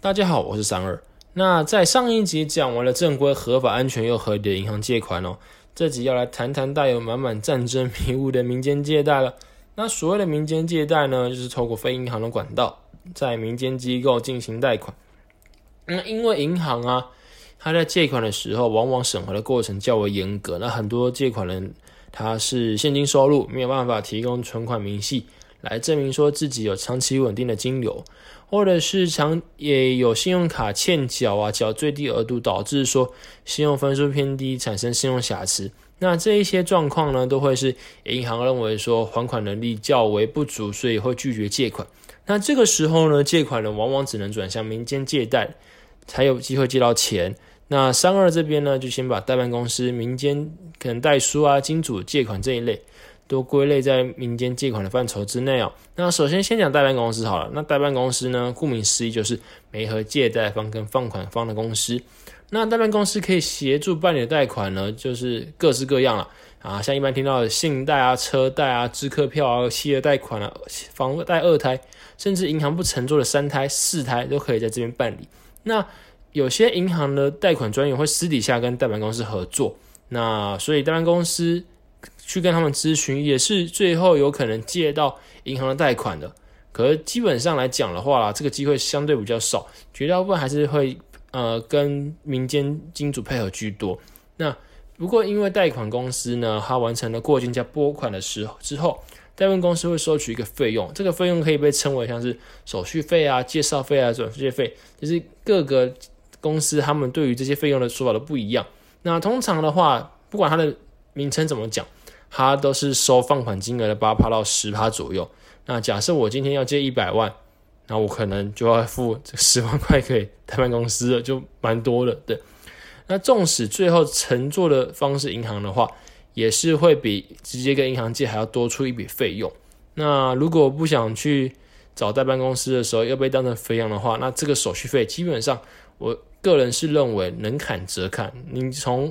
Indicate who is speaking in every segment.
Speaker 1: 大家好，我是32。那在上一集讲完了正规、合法、安全又合理的银行借款这集要来谈谈带有满满战争迷雾的民间借贷了。那所谓的民间借贷呢，就是透过非银行的管道，在民间机构进行贷款。那因为银行他在借款的时候，往往审核的过程较为严格，那很多借款人他是现金收入，没有办法提供存款明细来证明说自己有长期稳定的金流，或者是也有信用卡欠缴缴最低额度，导致说信用分数偏低，产生信用瑕疵。那这一些状况呢，都会是银行认为说还款能力较为不足，所以会拒绝借款。那这个时候呢，借款人往往只能转向民间借贷，才有机会借到钱。那32这边呢，就先把代办公司、民间可能代书金主借款这一类都归类在民间借款的范畴之内那首先讲代办公司好了。那代办公司呢，顾名思义就是媒合借贷方跟放款方的公司。那代办公司可以协助办理的贷款呢，就是各式各样了像一般听到的信贷车贷支客票企业贷款房贷2胎，甚至银行不承做的3胎、4胎都可以在这边办理。那有些银行的贷款专员会私底下跟代办公司合作，那所以代办公司去跟他们咨询，也是最后有可能借到银行的贷款的。可是基本上来讲的话这个机会相对比较少，绝大部分还是会跟民间金主配合居多。那不过因为贷款公司呢，它完成了过境加拨款的之后，代办公司会收取一个费用，这个费用可以被称为像是手续费介绍费转介费，就是各个公司他们对于这些费用的说法都不一样。那通常的话，不管它的名称怎么讲，它都是收放款金额的 8% 到 10% 左右。那假设我今天要借100万，那我可能就要付这10万块给代办公司了，就蛮多的。对，那纵使最后承做的方式银行的话，也是会比直接跟银行借还要多出一笔费用。那如果不想去找代办公司的时候要被当成肥羊的话，那这个手续费基本上我个人是认为能砍则砍，你从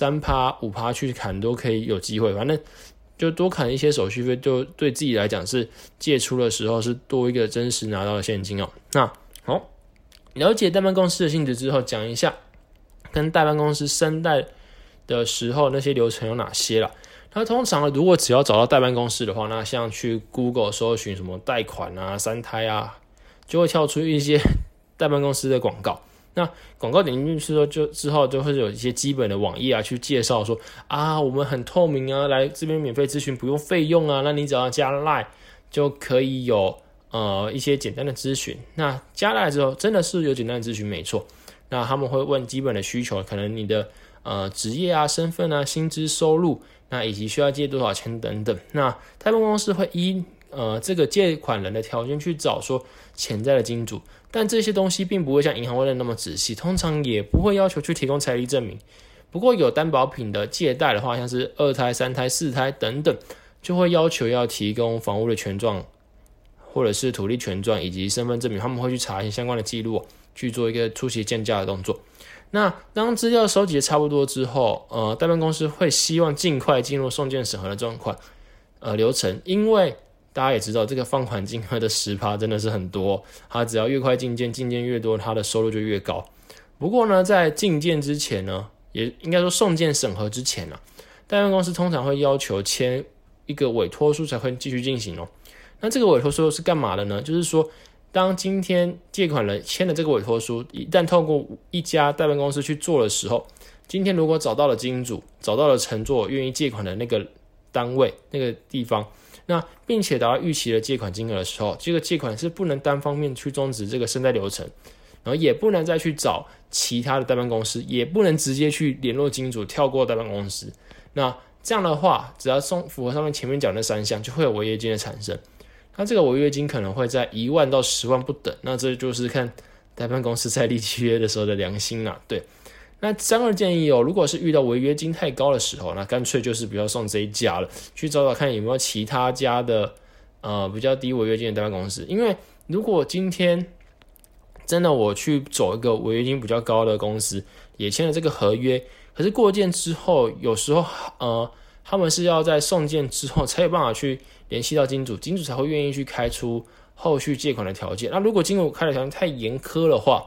Speaker 1: 3%、5% 去砍都可以有机会，反正就多砍一些手续费，就对自己来讲是借出的时候是多一个真实拿到的现金那好，了解代办公司的性质之后，讲一下跟代办公司申贷的时候那些流程有哪些啦。那通常如果只要找到代办公司的话，那像去 Google 搜寻什么贷款3胎就会跳出一些代办公司的广告。那广告点进去之后就会有一些基本的网页去介绍说我们很透明来这边免费咨询不用费用那你只要加 LINE 就可以有一些简单的咨询。那加 LINE 之后真的是有简单的咨询没错，那他们会问基本的需求，可能你的职业身份薪资收入，那以及需要借多少钱等等。那代办公司会依这个借款人的条件去找说潜在的金主，但这些东西并不会像银行问的那么仔细，通常也不会要求去提供财力证明。不过有担保品的借贷的话，像是2胎、3胎、4胎等等，就会要求要提供房屋的权状或者是土地权状以及身份证明，他们会去查一些相关的记录去做一个初期鉴价的动作。那当资料收集的差不多之后，代办公司会希望尽快进入送件审核的状况流程，因为大家也知道这个放款金额的 10% 真的是很多，它只要越快进件越多，它的收入就越高。不过呢，在进件之前呢，也应该说送件审核之前代办公司通常会要求签一个委托书才会继续进行那这个委托书是干嘛的呢？就是说当今天借款人签了这个委托书，一旦透过一家代办公司去做的时候，今天如果找到了金主，找到了承做愿意借款的那个单位那个地方，那并且达到预期的借款金额的时候，这个借款是不能单方面去终止这个申贷流程，然后也不能再去找其他的代办公司，也不能直接去联络金主跳过代办公司。那这样的话，只要符合上面前面讲的3项，就会有违约金的产生。那这个违约金可能会在1万到10万不等，那这就是看代办公司在立契约的时候的良心对，那32建议如果是遇到违约金太高的时候，那干脆就是不要送这一家了，去找找看有没有其他家的比较低违约金的代办公司。因为如果今天真的我去走一个违约金比较高的公司，也签了这个合约，可是过件之后，有时候他们是要在送件之后才有办法去联系到金主，金主才会愿意去开出后续借款的条件。那如果金主开的条件太严苛的话，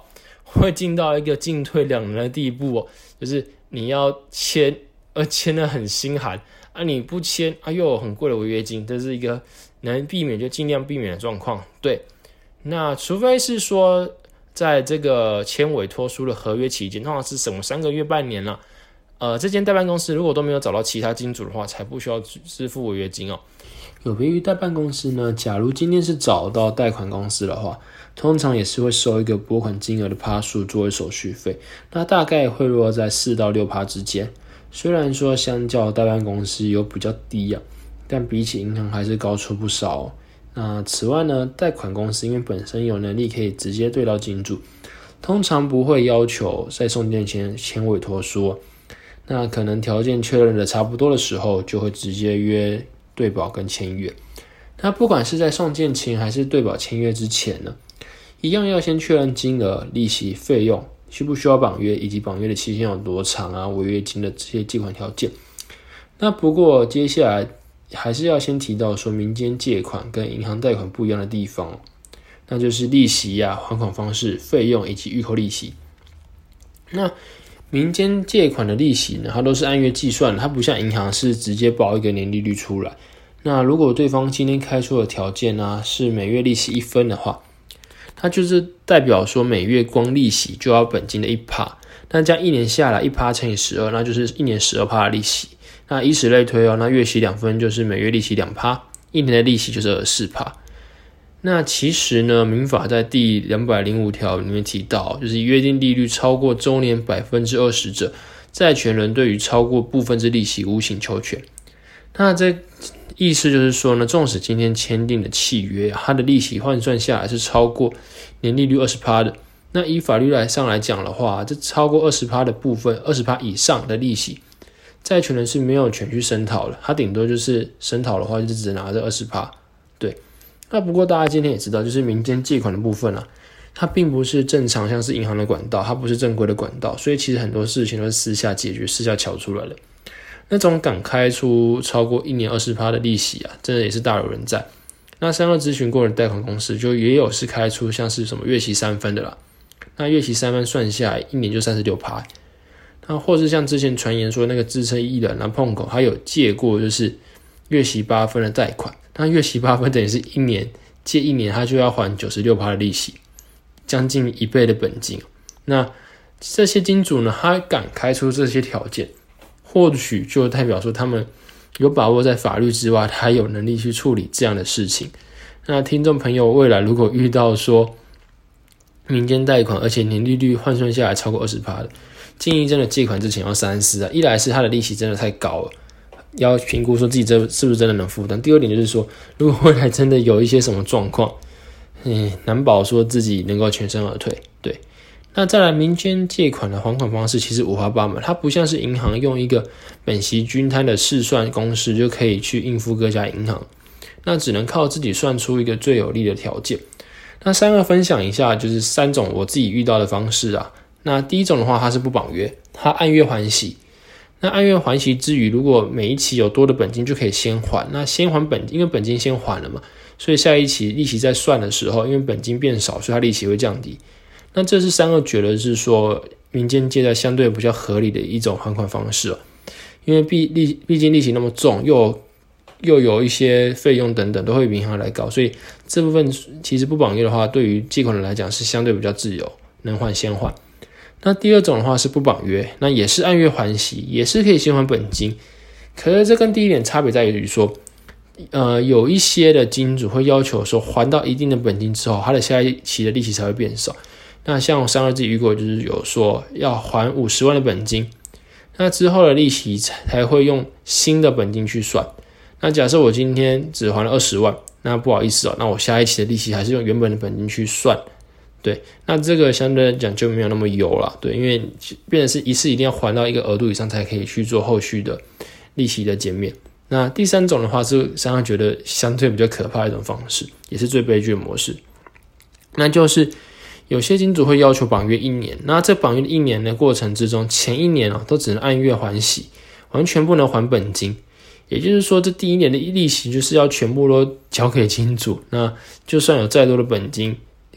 Speaker 1: 会进到一个进退两难的地步哦，就是你要签，签得很心寒啊，你不签啊又有很贵的违约金，这是一个能避免就尽量避免的状况。对，那除非是说在这个签委托书的合约期间，通常是什么3个月、半年了，这间代办公司如果都没有找到其他金主的话，才不需要支付违约金哦。有别于代办公司呢，假如今天是找到贷款公司的话，通常也是会收一个拨款金额的趴数作为手续费，那大概会落在4到6%之间。虽然说相较代办公司有比较低啊，但比起银行还是高出不少哦。那此外呢，贷款公司因为本身有能力可以直接对到金主，通常不会要求在送件前签委托书，那可能条件确认的差不多的时候，就会直接约对保跟签约。那不管是在送件前还是对保签约之前呢，一样要先确认金额、利息、费用需不需要绑约，以及绑约的期限有多长啊，违约金的这些借款条件。那不过接下来还是要先提到说民间借款跟银行贷款不一样的地方，那就是利息啊、还款方式、费用以及预扣利息。那民间借款的利息呢，它都是按月计算的，它不像银行是直接报一个年利率出来。那如果对方今天开出的条件啊是每月利息1分的话，它就是代表说每月光利息就要本金的 1%， 那这样1年下来 1% 乘以12，那就是1年 12% 的利息。那以此类推哦，那月息2分就是每月利息 2%， 1年的利息就是 24%。那其实呢，民法在第205条里面提到，就是约定利率超过周年 20% 者，债权人对于超过部分之利息无请求权。那这意思就是说呢，纵使今天签订的契约，它的利息换算下来是超过年利率 20% 的，那以法律上来讲的话，这超过 20% 的部分 20% 以上的利息，债权人是没有权去声讨的，他顶多就是声讨的话就只拿这 20%。 对，那不过大家今天也知道，就是民间借款的部分啊，它并不是正常像是银行的管道，它不是正规的管道，所以其实很多事情都是私下解决、私下敲出来的。那种敢开出超过1年 20% 的利息啊，真的也是大有人在。那32咨询过的贷款公司就也有是开出像是什么月息3分的啦，那月息3分算下来1年就 36%。那或是像之前传言说那个自称艺人啊碰狗，他有借过就是月息8分的贷款，那月息8分等于是1年借1年他就要还 96% 的利息，将近1倍的本金。那这些金主呢，他敢开出这些条件，或许就代表说他们有把握在法律之外，他有能力去处理这样的事情。那听众朋友未来如果遇到说民间贷款，而且年利率换算下来超过 20% 的，建议真的借款之前要三思啊！一来是他的利息真的太高了，要评估说自己这是不是真的能负担。第二点就是说，如果未来真的有一些什么状况，难保说自己能够全身而退。对，那再来民间借款的还款方式其实五花八门，它不像是银行用一个本息均摊的试算公式就可以去应付各家银行，那只能靠自己算出一个最有利的条件。那3个分享一下，就是3种我自己遇到的方式啊。那第一种的话，它是不绑约，它按月还息。那按月还息之余，如果每一期有多的本金就可以先还。那先还本金，因为本金先还了嘛，所以下一期利息在算的时候，因为本金变少，所以它利息会降低。那这是3个觉得是说民间借贷相对比较合理的一种还款方式哦。因为毕竟利息那么重，又有一些费用等等都会比银行来高，所以这部分其实不绑约的话，对于借款人来讲是相对比较自由，能还先还。那第二种的话是不绑约，那也是按月还息，也是可以先还本金。可是这跟第一点差别在于说，有一些的金主会要求说，还到一定的本金之后，他的下一期的利息才会变少。那像我上次自己遇过，就是有说要还50万的本金，那之后的利息才会用新的本金去算。那假设我今天只还了20万，那不好意思那我下一期的利息还是用原本的本金去算。对，那这个相对来讲就没有那么油了，对，因为变成是一次一定要还到一个额度以上才可以去做后续的利息的减免。那第3种的话是商家觉得相对比较可怕的一种方式，也是最悲剧的模式，那就是有些金主会要求绑约1年，那这绑约1年的过程之中，前1年都只能按月还息，完全不能还本金。也就是说，这第1年的利息就是要全部都交给金主，那就算有再多的本金，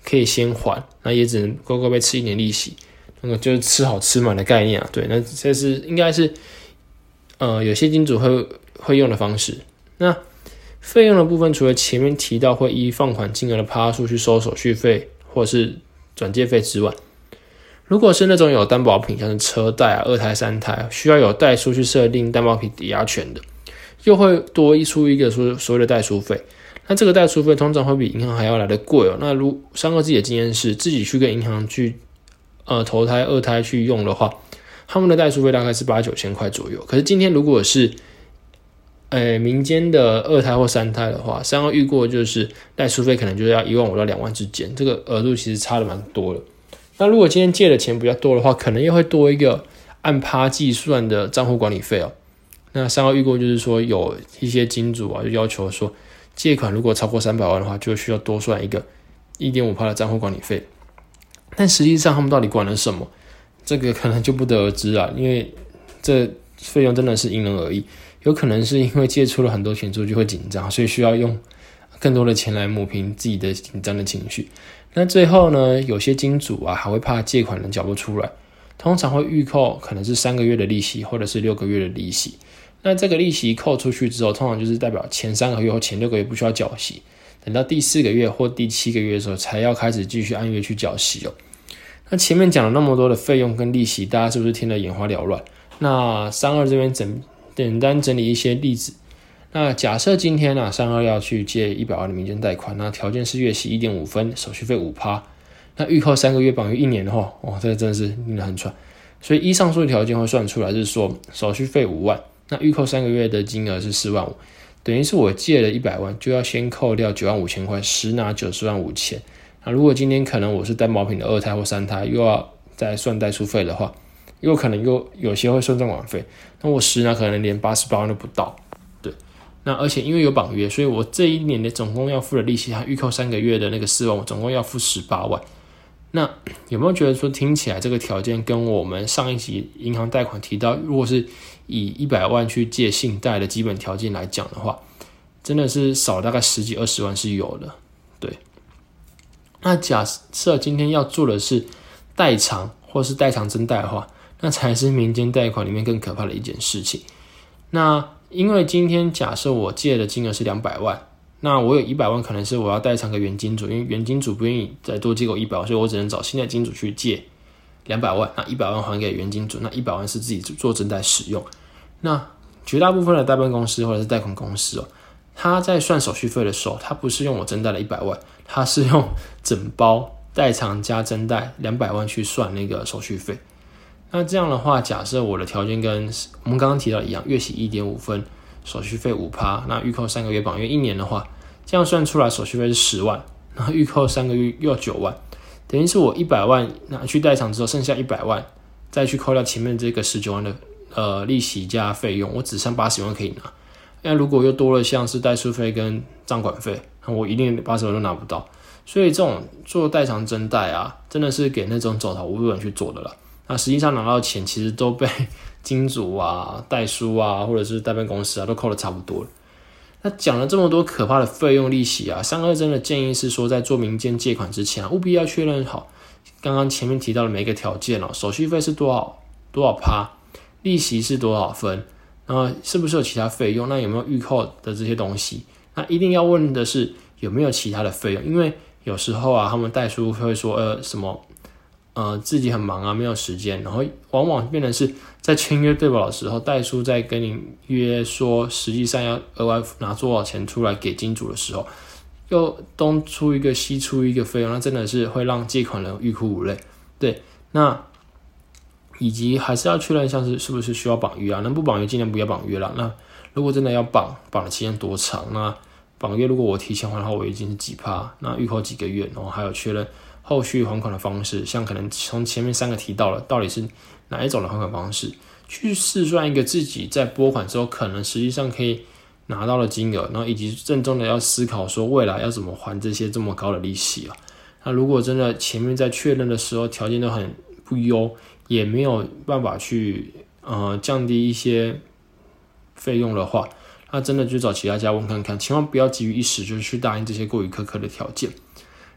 Speaker 1: 可以先还，那也只能乖乖被吃1年利息，那个就是吃好吃满的概念啊。对，那这是应该是有些金主会用的方式。那费用的部分，除了前面提到会依放款金额的趴数去收手续费或者是转介费之外，如果是那种有担保品，像是车贷啊、2胎、3胎，需要有代书去设定担保品抵押权的，又会多出一个所谓的代书费。那这个代书费通常会比银行还要来得贵哦。那如三哥自己的经验是，自己去跟银行去投胎、2胎去用的话，他们的代书费大概是8-9千块左右。可是今天如果是民间的2胎或3胎的话，三哥遇过就是代书费可能就要15000到2万之间，这个额度其实差的蛮多的。那如果今天借的钱比较多的话，可能又会多一个按趴计算的账户管理费哦。那三哥遇过就是说有一些金主啊就要求说，借款如果超过300万的话，就需要多算一个 1.5% 的账户管理费。但实际上他们到底管了什么，这个可能就不得而知啊，因为这费用真的是因人而异。有可能是因为借出了很多钱之后就会紧张，所以需要用更多的钱来抹平自己的紧张的情绪。那最后呢，有些金主啊还会怕借款人缴不出来，通常会预扣可能是3个月的利息或者是6个月的利息。那这个利息扣出去之后，通常就是代表前3个月或前6个月不需要缴息，等到第4个月或第7个月的时候才要开始继续按月去缴息哦。那前面讲了那么多的费用跟利息，大家是不是听得眼花缭乱？那32这边简单整理一些例子。那假设今天32要去借100万的民间贷款，那条件是月息 1.5 分，手续费 5%， 那预扣3个月，绑约1年的话，这个真的是令人很喘。所以依上述的条件会算出来是说，手续费5万，那预扣3个月的金额是4万5，等于是我借了100万，就要先扣掉9万5千块，实拿90万5千。那如果今天可能我是担保品的2胎或3胎，又要再算代书费的话，又可能有些会算账管费，那我实拿可能连88万都不到。对，那而且因为有绑约，所以我这一年的总共要付的利息，还预扣3个月的那个4万，我总共要付18万。那有没有觉得说听起来这个条件跟我们上一集银行贷款提到，如果是以100万去借信贷的基本条件来讲的话，真的是少大概10几20万是有的。对，那假设今天要做的是代偿或是代偿增贷的话，那才是民间贷款里面更可怕的一件事情。那因为今天假设我借的金额是200万，那我有100万可能是我要代偿给原金主，因为原金主不愿意再多借我100万，所以我只能找新的金主去借200万，那100万还给原金主，那100万是自己做增贷使用。那绝大部分的代办公司或者是贷款公司他在算手续费的时候，他不是用我增贷的100万，他是用整包代偿加增贷200万去算那个手续费。那这样的话，假设我的条件跟我们刚刚提到一样，月息 1.5 分，手续费 5%， 那预扣3个月，绑约1年的话，这样算出来手续费是10万，然后预扣3个月又要9万，等于是我100万拿去代偿之后，剩下100万再去扣掉前面这个19万的利息加费用，我只剩80万可以拿。那如果又多了像是代书费跟账管费，我一定80万都拿不到。所以这种做代偿增贷真的是给那种走投无路人去做的啦。那实际上拿到的钱其实都被金主代书或者是代办公司都扣得差不多了。那讲了这么多可怕的费用利息32真的建议是说，在做民间借款之前务必要确认好刚刚前面提到的每一个条件手续费是多少趴，利息是多少分，然后是不是有其他费用，那有没有预扣的这些东西。那一定要问的是有没有其他的费用，因为有时候他们代书会说什么自己很忙没有时间，然后往往变成是在签约对保的时候，代书在跟你约说实际上要额外拿多少钱出来给金主的时候，又东出一个西出一个费用，那真的是会让借款人欲哭无泪。对，那以及还是要确认像是不是需要绑约能不绑约尽量不要绑约啦。那如果真的要绑的期间多长，那绑约如果我提前还的话，我已经是几%，那预扣几个月，然后还有确认后续还款的方式，像可能从前面3个提到了，到底是哪一种的还款方式，去试算一个自己在拨款之后可能实际上可以拿到的金额，然后以及郑重的要思考说未来要怎么还这些这么高的利息那如果真的前面在确认的时候条件都很不优，也没有办法去降低一些费用的话，那真的就找其他家问看看，千万不要急于一时就去答应这些过于苛刻的条件。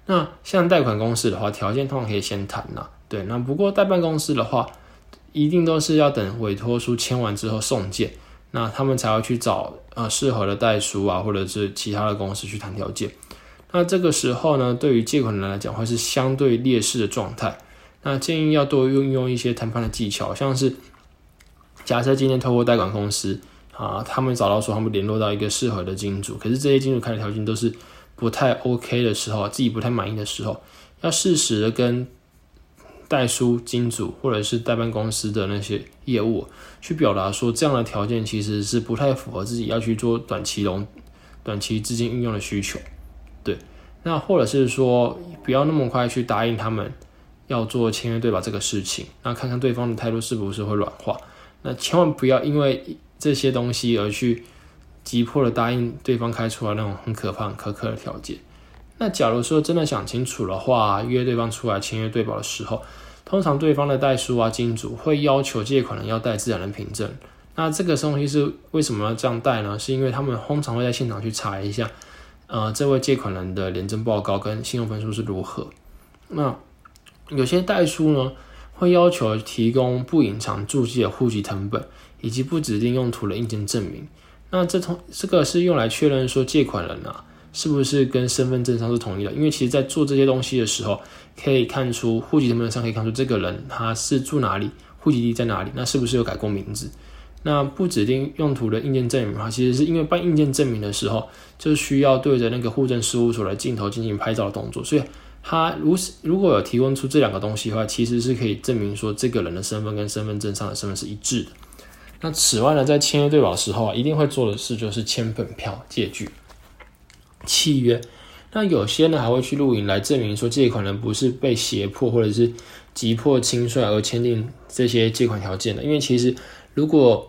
Speaker 1: 那像贷款公司的话，条件通常可以先谈啦，对。那不过代办公司的话，一定都是要等委托书签完之后送件，那他们才会去找适合的代书啊，或者是其他的公司去谈条件。那这个时候呢，对于借款人来讲会是相对劣势的状态。那建议要多运用一些谈判的技巧，像是假设今天透过贷款公司他们找到说他们联络到一个适合的金主，可是这些金主开的条件都是不太 OK 的时候，自己不太满意的时候，要适时的跟代书金主或者是代办公司的那些业务去表达说，这样的条件其实是不太符合自己要去做短期资金运用的需求。对，那或者是说不要那么快去答应他们要做签约对保这个事情，那看看对方的态度是不是会软化。那千万不要因为这些东西而去急迫的答应对方开出来那种很可怕很苛刻的条件。那假如说真的想清楚的话，约对方出来签约对保的时候，通常对方的代书啊金主会要求借款人要带自然人凭证。那这个东西是为什么要这样带呢？是因为他们通常会在现场去查一下这位借款人的联征报告跟信用分数是如何。那有些代书呢会要求提供不隐藏注记的户籍誊本以及不指定用途的印鉴证明。那这个是用来确认说借款人是不是跟身份证上是同一的，因为其实在做这些东西的时候，可以看出户籍誊本上可以看出这个人他是住哪里，户籍地在哪里，那是不是有改过名字。那不指定用途的印鉴证明的话，其实是因为办印鉴证明的时候就需要对着那个户政事务所的镜头进行拍照的动作，所以他如果有提供出这两个东西的话，其实是可以证明说这个人的身份跟身份证上的身份是一致的。那此外呢，在签约对保的时候一定会做的事就是签本票、借据、契约。那有些呢还会去录影来证明说借款人不是被胁迫或者是急迫轻率而签订这些借款条件的。因为其实如果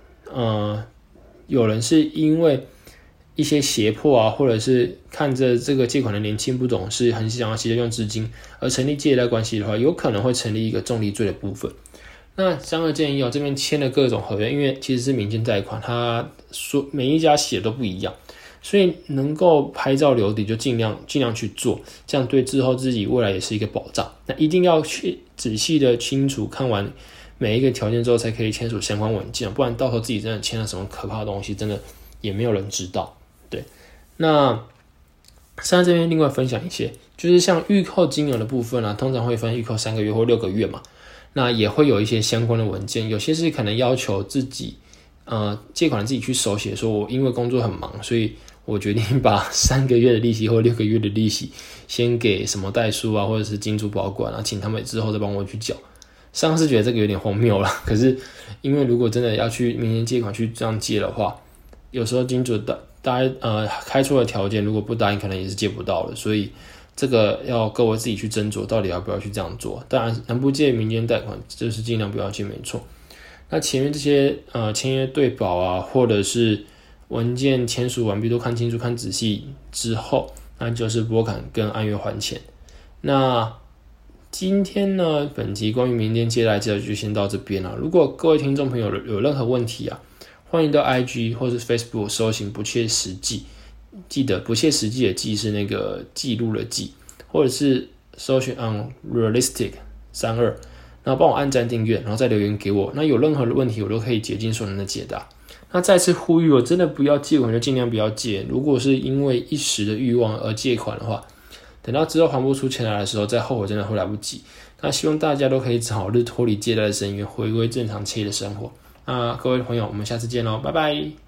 Speaker 1: 有人是因为一些胁迫或者是看着这个借款人年轻不懂事，很想要急着用资金而成立借贷关系的话，有可能会成立一个重利罪的部分。那相对建议这边签了各种合约，因为其实是民间贷款，它说每一家写的都不一样，所以能够拍照留底就尽量去做，这样对之后自己未来也是一个保障。那一定要去仔细的清楚看完每一个条件之后才可以签署相关文件，不然到时候自己真的签了什么可怕的东西，真的也没有人知道。对，那现在这边另外分享一些，就是像预扣金额的部分通常会分预扣3个月或6个月嘛，那也会有一些相关的文件，有些是可能要求自己借款人自己去手写，说我因为工作很忙，所以我决定把3个月的利息或6个月的利息先给什么代书或者是金主保管请他们之后再帮我去缴。上次觉得这个有点荒谬了，可是因为如果真的要去民间借款去这样借的话，有时候金主开出的条件如果不答应，可能也是借不到的，所以这个要各位自己去斟酌到底要不要去这样做。当然能不借民间贷款就是尽量不要借，没错。那前面这些签约对保或者是文件签署完毕都看清楚看仔细之后，那就是拨款跟按月还钱。那今天呢本集关于民间借贷就先到这边了。如果各位听众朋友有任何问题欢迎到 IG 或是 Facebook 搜寻不切实际，记得不切实际的记是那个记录的记，或者是搜寻 unrealistic 32，然后帮我按赞订阅，然后再留言给我。那有任何的问题我都可以竭尽所能的解答。那再次呼吁，我真的不要借款就尽量不要借，如果是因为一时的欲望而借款的话，等到之后还不出钱来的时候再后悔真的会来不及。那希望大家都可以早日脱离借贷的深渊，回归正常惬意的生活。那各位朋友，我们下次见咯，拜拜。